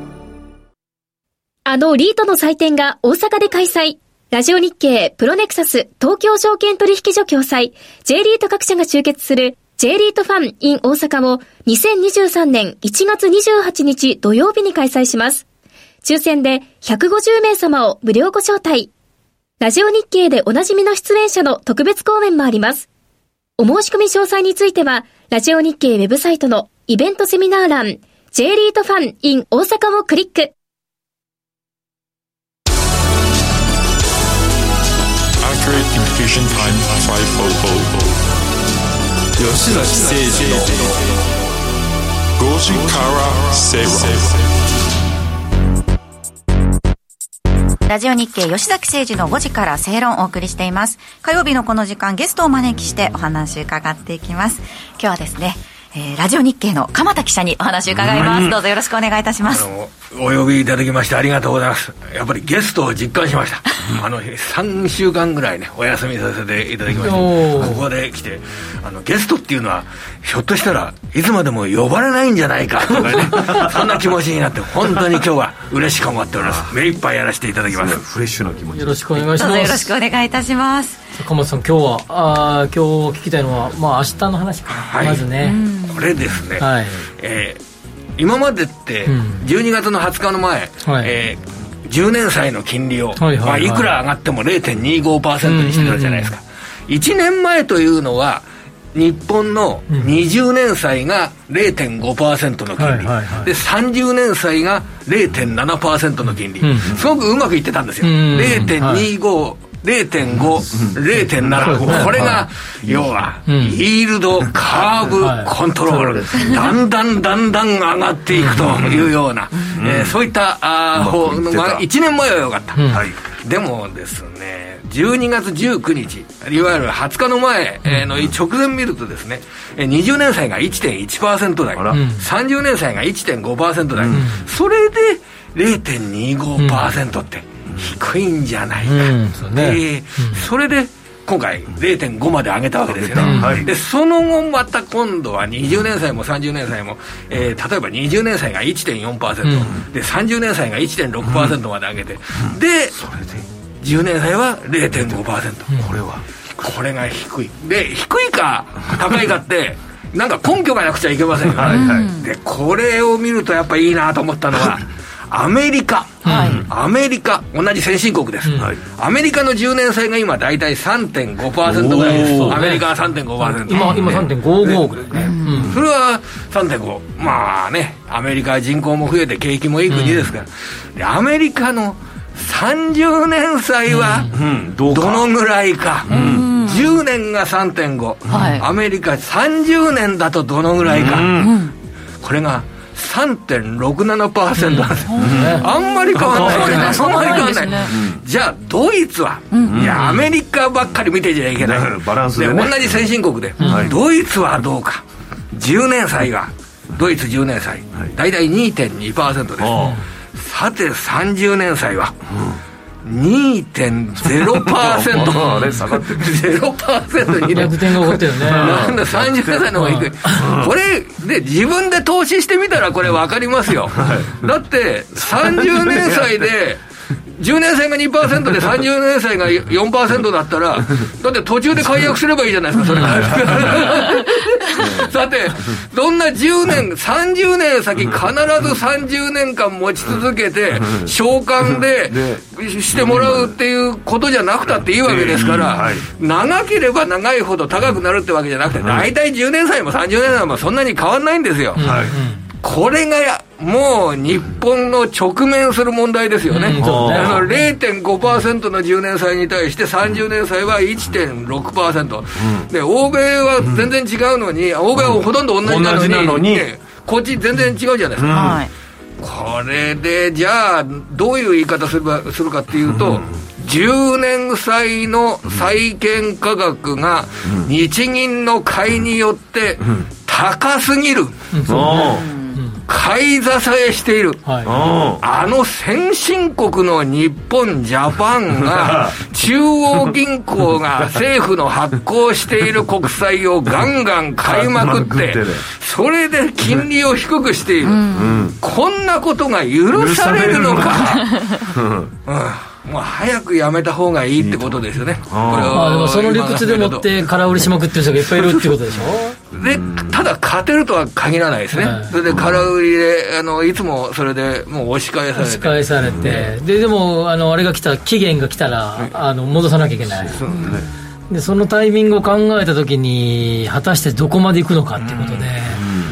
あのリートの祭典が大阪で開催。ラジオ日経プロネクサス東京証券取引所共催 J リート各社が集結する J リートファン in 大阪をにせんにじゅうさんねんいちがつにじゅうはちにち土曜日に開催します。抽選でひゃくごじゅうめいさまを無料ご招待。ラジオ日経でおなじみの出演者の特別講演もあります。お申し込み詳細についてはラジオ日経ウェブサイトのイベントセミナー欄 J リートファン in 大阪をクリック。 Accurate Communication Time ごひゃく。吉崎誠二のごじから正論。 ラジオ日経吉崎誠二のごじから正論をお送りしています。火曜日のこの時間、ゲストをお招きしてお話伺っていきます。今日はですね、えー、ラジオ日経の鎌田記者にお話伺います、うん、どうぞよろしくお願いいたします。 あのお呼びいただきましてありがとうございます。やっぱりゲストを実感しましたあのさんしゅうかんぐらいねお休みさせていただきましてここで来てあのゲストっていうのはひょっとしたらいつまでも呼ばれないんじゃないかとかねそんな気持ちになって本当に今日は嬉しく思っております。目いっぱいやらせていただきます。 フレッシュな気持ち。 よろしくお願いします。 どうぞよろしくお願いいたします。 鎌田さん、今日はあ今日聞きたいのは、まあ、明日の話かな、はい、まずね、 これですね、 はいえー、今までってじゅうにがつのはつかの前、うんはいえー、じゅうねん債の金利を、はいはいはいまあ、いくら上がっても ゼロてんにごパーセント にしてたじゃないですか、うんうんうん、いちねんまえというのは日本のにじゅうねん債が ゼロてんごパーセント の金利、うんはいはいはい、でさんじゅうねん債が ゼロてんななパーセント の金利、うんうん、すごくうまくいってたんですよ、うんうん、ゼロてんにご、はいゼロてんご、ゼロてんなな、これが要はイールドカーブコントロール、だんだんだんだん上がっていくというような、えー、そういったあ方がいちねんまえは良かった、はい、でもですねじゅうにがつじゅうくにちいわゆるはつかの前の直前見るとですねにじゅうねん債が いってんいちパーセント 台、さんじゅうねん債が いってんごパーセント 台、それで ゼロてんにごパーセント って低いんじゃないか、うんそうねえーうん、それで今回 ゼロてんご まで上げたわけですよね、うんはい、でその後また今度はにじゅうねん債もさんじゅうねん債も、えー、例えばにじゅうねん債が いってんよんパーセント、うん、でさんじゅうねん債が いってんろくパーセント まで上げて、うん、でそれでじゅうねん債は ゼロてんごパーセント、うん、これはこれが低いで低いか高いかってなんか根拠がなくちゃいけませんよね、はいはい、でこれを見るとやっぱいいなと思ったのはアメリカ、はい、アメリカ同じ先進国です、うんはい、アメリカのじゅうねん債が今だいたい さんてんごパーセント ぐらいです。アメリカは さんてんごパーセント、 今, 今 さんてんごご ぐらいね、 うん、それは さんてんご まあねアメリカは人口も増えて景気もいい国ですから、うん、でアメリカのさんじゅうねん債はどのぐらいか、うん、じゅうねんが さんてんご、はい、アメリカさんじゅうねんだとどのぐらいか、うん、これがさんてんろくななパーセント なんです、うん、あんまり変わらない、ね、そんなに変わらない、ね、じゃあドイツは、うん、いやアメリカばっかり見てちゃいけない、うん、バランスで、ね、で同じ先進国で、うん、ドイツはどうかじゅうねん債がドイツじゅうねん債、はい、大体 にてんにパーセント です、さてさんじゅうねん債は、うん、にてんゼロパーセント ゼロパーセント に逆転が起こってるねなんださんじゅうねん債の方が低いこれで自分で投資してみたらこれ分かりますよ、はい、だってさんじゅうねん債でじゅうねん債が にパーセント でさんじゅうねん債が よんパーセント だったらだって途中で解約すればいいじゃないですかそれさてどんなじゅうねんさんじゅうねん先必ずさんじゅうねんかん持ち続けて償還でしてもらうっていうことじゃなくたっていいわけですから長ければ長いほど高くなるってわけじゃなくて大体じゅうねん債もさんじゅうねん債もそんなに変わんないんですよ、はい、これがもう日本の直面する問題ですよね、うん、あの ゼロてんごパーセント のじゅうねん債に対してさんじゅうねん債は いってんろくパーセント、うん、で欧米は全然違うのに、うん、欧米はほとんど同じなのに、うん、なのにね、こっち全然違うじゃないですか、うん、これでじゃあどういう言い方すればするかっていうと、うんじゅうねん債の債券価格が日銀の買いによって高すぎる、うんうん買い支えしている、はい、あの先進国の日本ジャパンが中央銀行が政府の発行している国債をガンガン買いまくってそれで金利を低くしている、うん、こんなことが許されるのか、うんもう早くやめた方がいいってことですよね。これはでもその理屈でもって空売りしまくってる人がいっぱいいるってことでしょでただ勝てるとは限らないですね、はい、それで空売りであのいつもそれでもう押し返されて押し返されて、うん、ででもあのあれが来た期限が来たら、はい、あの戻さなきゃいけない、そうね、でそのタイミングを考えたときに果たしてどこまで行くのかっていうことで、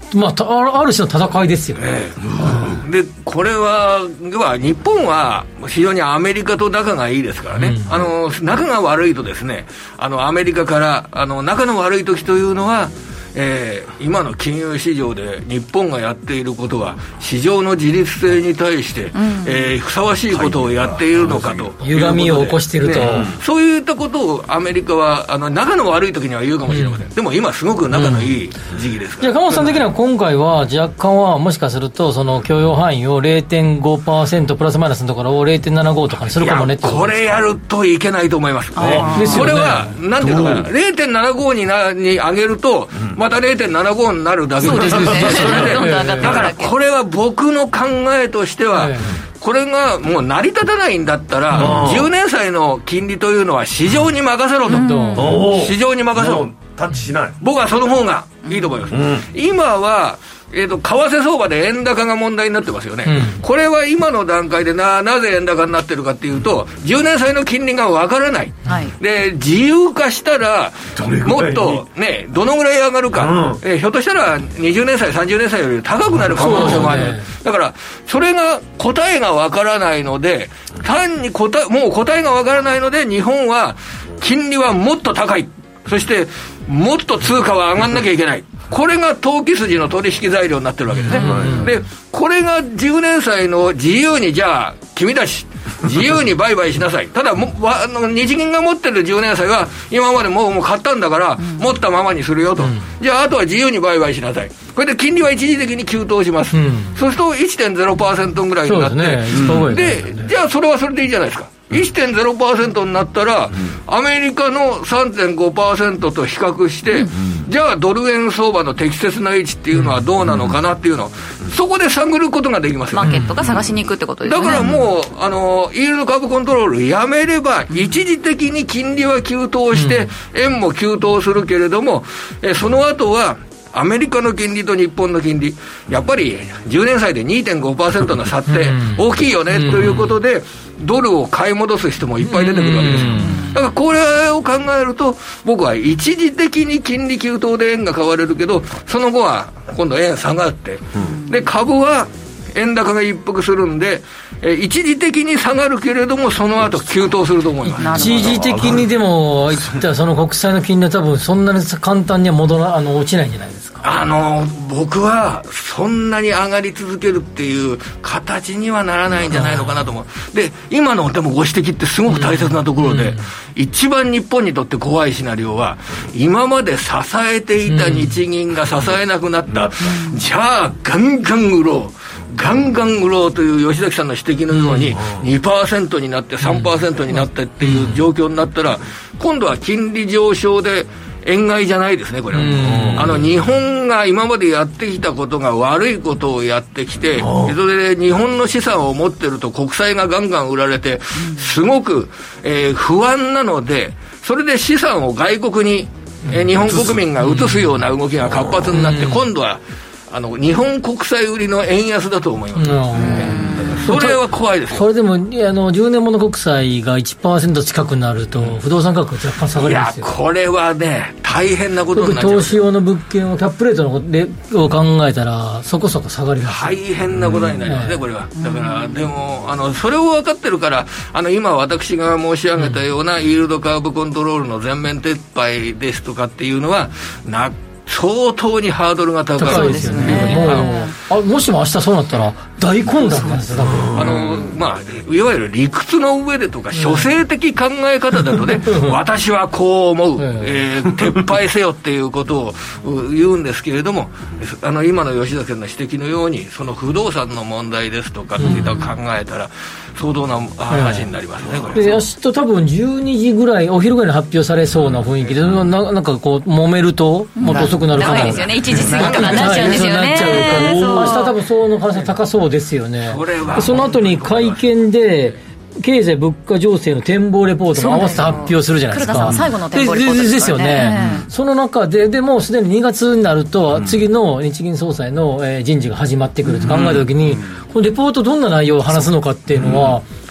まあ、ある種の戦いですよね、えー、でこれは日本は非常にアメリカと仲がいいですからね、うん、あの仲が悪いとですね、あのアメリカからあの仲の悪い時というのは、えー、今の金融市場で日本がやっていることは市場の自律性に対して、うんえー、ふさわしいことをやっているのかと、 歪みを起こしていると、 ね、そういったことをアメリカはあの仲の悪い時には言うかもしれません、うん、でも今すごく仲のいい時期ですから、 うん、じゃあ鎌本さん的には今回は若干はもしかするとその許容範囲を れいてんごパーセント プラスマイナスのところを れいてんななご とかにするかもねってことこれやるといけないと思います、ね、これはなんていうのかな れいてんななご に, なに上げるとまた れいてんななごになるだけです。だからこれは僕の考えとしては、これがもう成り立たないんだったらじゅうねん債の金利というのは市場に任せろと、市場に任せろ、 タッチしない。 僕はその方がいいと思います、うん、今はえーと、為替相場で円高が問題になってますよね、うん、これは今の段階で な, なぜ円高になってるかっていうとじゅうねん債の金利がわからない、はい、で自由化したらもっとねどのぐらい上がるか、うんえー、ひょっとしたらにじゅうねん債さんじゅうねん債より高くなる可能性もある、ね、だからそれが答えがわからないので単に答えもう答えがわからないので日本は金利はもっと高い、そしてもっと通貨は上がんなきゃいけない、これが投機筋の取引材料になってるわけですね、うん、でこれがじゅうねん債の自由にじゃあ君たち自由に売買しなさいただもあの日銀が持ってるじゅうねん債は今までもうもう買ったんだから、うん、持ったままにするよと、うん、じゃああとは自由に売買しなさい、これで金利は一時的に急騰します、うん、そうすると いってんゼロパーセント ぐらいになって、ねうん、でじゃあそれはそれでいいじゃないですか、いってんゼロパーセント になったら、うん、アメリカの さんてんごパーセント と比較して、うん、じゃあドル円相場の適切な位置っていうのはどうなのかなっていうのを、うん、そこで探ることができますよ、 マーケットが探しに行くってことですね。 だからもうあのイールドカーブコントロールやめれば、うん、一時的に金利は急騰して、うん、円も急騰するけれどもえその後はアメリカの金利と日本の金利やっぱりじゅうねん債で にてんごパーセント の差って大きいよねということでドルを買い戻す人もいっぱい出てくるわけです。だからこれを考えると僕は一時的に金利急騰で円が買われるけどその後は今度円下がってで株は円高が一服するんでえ一時的に下がるけれどもその後急騰すると思います。一時的にでもいったらその国債の金利は多分そんなに簡単には戻らあの落ちないんじゃないですか。 あの僕はそんなに上がり続けるっていう形にはならないんじゃないのかなと思う。で今のでもご指摘ってすごく大切なところで、うん、一番日本にとって怖いシナリオは今まで支えていた日銀が支えなくなった、うん、じゃあガンガン売ろうガンガン売ろうという吉崎さんの指摘のように にパーセント になって さんパーセント になってっていう状況になったら今度は金利上昇で円買いじゃないですねこれは。あの日本が今までやってきたことが悪いことをやってきてそれで日本の資産を持ってると国債がガンガン売られてすごく、えー、不安なのでそれで資産を外国に、えー、日本国民が移すような動きが活発になって今度はあの日本国債売りの円安だと思います、それは怖いですよ。 これでもあのじゅうねんもの国債が いちパーセント 近くなると不動産価格が若干下がりますよ。 いやこれはね大変なことになっちゃう。 投資用の物件をキャップレートのでを考えたらそこそこ下がります。 大変なことになりますね、うん、これは。だからでもあのそれを分かってるからあの今私が申し上げたようなイールドカーブコントロールの全面撤廃ですとかっていうのはな相当にハードルが高い。 高いですよね。もうあもしも明日そうなったら大混乱なんですよ。 あのまあいわゆる理屈の上でとか諸生的考え方だとね私はこう思う、えー、撤廃せよっていうことを言うんですけれどもあの今の吉田さんの指摘のようにその不動産の問題ですとかっていうのを考えたら相当な話になりますね、これ。 で明日多分じゅうにじぐらいお昼ぐらいに発表されそうな雰囲気で、うん、な, なんかこう揉めるともっと遅くなるかも。 長いですよね。いちじ過ぎからなっちゃうんですよね。 なっちゃうから明日多分その可能性高そうですよね。そ, その後に会見で経済物価情勢の展望レポートも合わせて発表するじゃないですか。 黒田さん最後の展望レポートですですよね、うん、その中ででもうすでににがつになると、うん、次の日銀総裁の、えー、人事が始まってくると考えたときに、うん、このレポートどんな内容を話すのかっていうのは、うん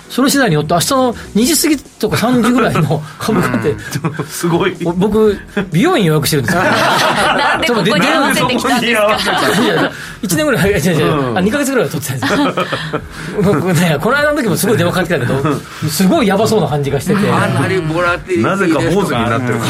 それ次第によって明日のにじ過ぎとかさんじぐらいの株価って、 うん、すごい。 僕美容院予約してるんですよなんでここに合わせてきたんですか。 いやいちねんぐらい、いやいや、うん、あにかげつぐらいは取ってたんですよ僕、ね、この間の時もすごい電話かかってきたけどすごいやばそうな感じがしてて、 あんまりボラティリティなぜか坊主になってる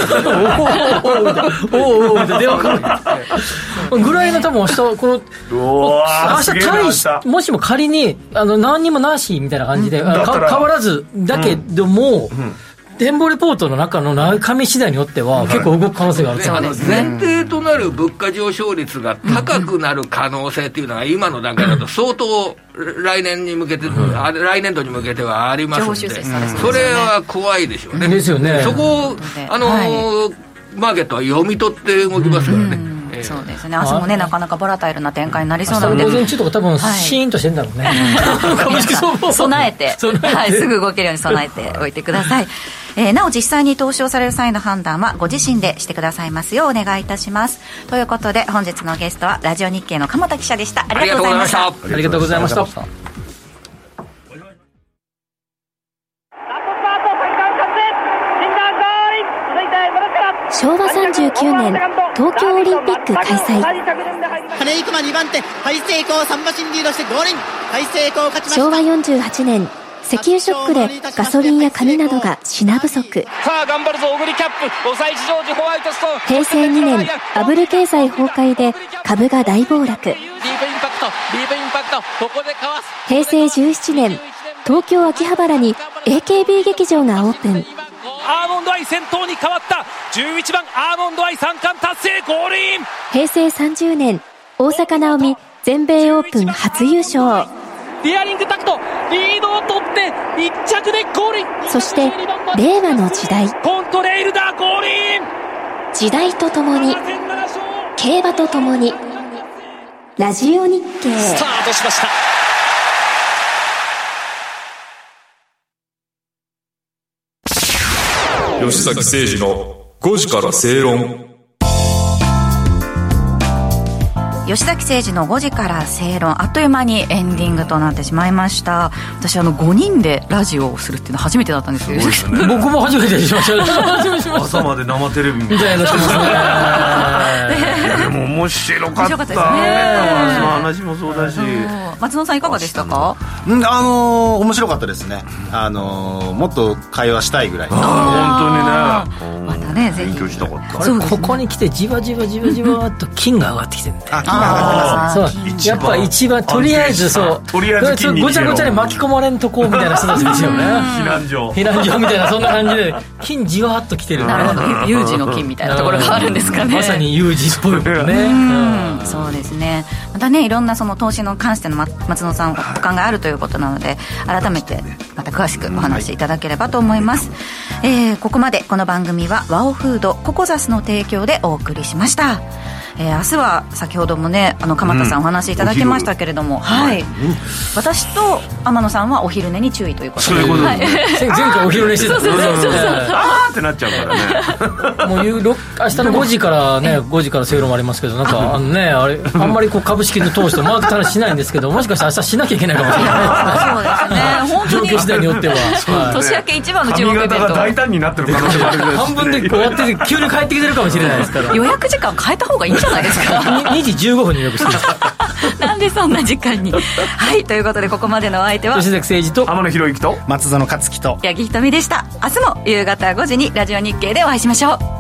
おおおおおお電話かかってぐらいの多分明日この明日大しもしも仮にあの何にもなしみたいな感じで、うん、変わらずだけども、うんうん展望レポートの中の中身次第によっては結構動く可能性があると思います、 ね、前提となる物価上昇率が高くなる可能性っていうのが今の段階だと相当来年に向けて、うん、来年度に向けてはありますので、それは怖いでしょうね。 ですよね。 そこをあの、はい、マーケットは読み取って動きますからね、うんうんえー、そうですね。明日もねなかなかボラタイルな展開になりそうなので、 午前中とか多分シーンとしてんだろうね、はい、株式相場備えてはい、すぐ動けるように備えておいてくださいえー、なお実際に投資をされる際の判断はご自身でしてくださいますようお願いいたします。ということで本日のゲストはラジオ日経の鎌田記者でした。ありがとうございました。 ありがとうございました。 しょうわさんじゅうきゅうねん東京オリンピック開催。 金井熊にばん手、ハイセイコーさん馬身リードしてゴールイン。ハイセイコー勝ちました。 しょうわよんじゅうはちねん石油ショックでガソリンや紙などが品不足。 さあ頑張るぞ小栗キャップ、抑えジョージホワイトストーン。 平成にねんバブル経済崩壊で株が大暴落。 ディープインパクト、ディープインパクト、ここでかわす。 平成じゅうななねん東京秋葉原に エーケービー 劇場がオープン。 アーモンドアイ先頭に変わった。じゅういちばんアーモンドアイさん冠達成、ゴールイン。 平成さんじゅうねん大坂なおみ全米オープン初優勝。 ディアリングタクトリードを取っていっ着でゴールイン。 そして令和の時代、 コントレイルだ、ゴールイン。 時代とともに競馬とともにラジオ日経スタートしました。 吉崎誠二のごじから正論。 吉崎誠二のごじから正論、あっという間にエンディングとなってしまいました。私あのごにんでラジオをするっていうのは初めてだったんですけど、 す、ね、僕も初めてしました朝まで生テレビみたいな人ですねでも面白かった。面白かったですね。話もそうだし。 松野さんいかがでしたか？ うん、あのー、面白かったですね。あのー、もっと会話したいぐらい。 あ本当にね。 またね、ぜひ勉強したかった。 そう、ここに来てじわじわじわじわっと金が上がってきてるんで。 あ、金が上がってます。そう、やっぱ一番とりあえずそう、 とりあえず金にごちゃごちゃに巻き込まれんとこうみたいな人たちですよね。 避難所。 避難所みたいなそんな感じで金じわっと来てる、ね。 なるほど。有事の金みたいなところがあるんですかね。 まさに有事っぽいね。 うん、そうですね。またね、いろんなその投資の関しての松野さんお考えあるということなので、改めてまた詳しくお話しいただければと思います。えー、ここまでこの番組はワオフードココザスの提供でお送りしました。えー、明日は先ほどもね、あの鎌田さんお話しいただきましたけれども、うん、はい、うん、私と天野さんはお昼寝に注意ということで、 はい、前回お昼寝してた。そうそうそうそう、 あーってなっちゃうからね。 もう明日のごじからね、ごじから正論もありますけど、なんかあのね、あれあんまりこう株式の投資とマーケット話しないんですけど、もしかしたら明日しなきゃいけないかもしれない。 そうですね。本当に状況次第によっては、 はい、年明け一番の注目イベント。 髪型が大胆になってる可能性もあるぐらい。 半分で終わって急に帰ってきてるかもしれないですから。 予約時間変えた方がいいんじゃないですか。 にじじゅうごふんに予約してますなんでそんな時間に。はい、ということでここまでのお相手は吉崎誠二と天野博之と松園克樹と八木ひとみでした。明日も夕方ごじにラジオ日経でお会いしましょう。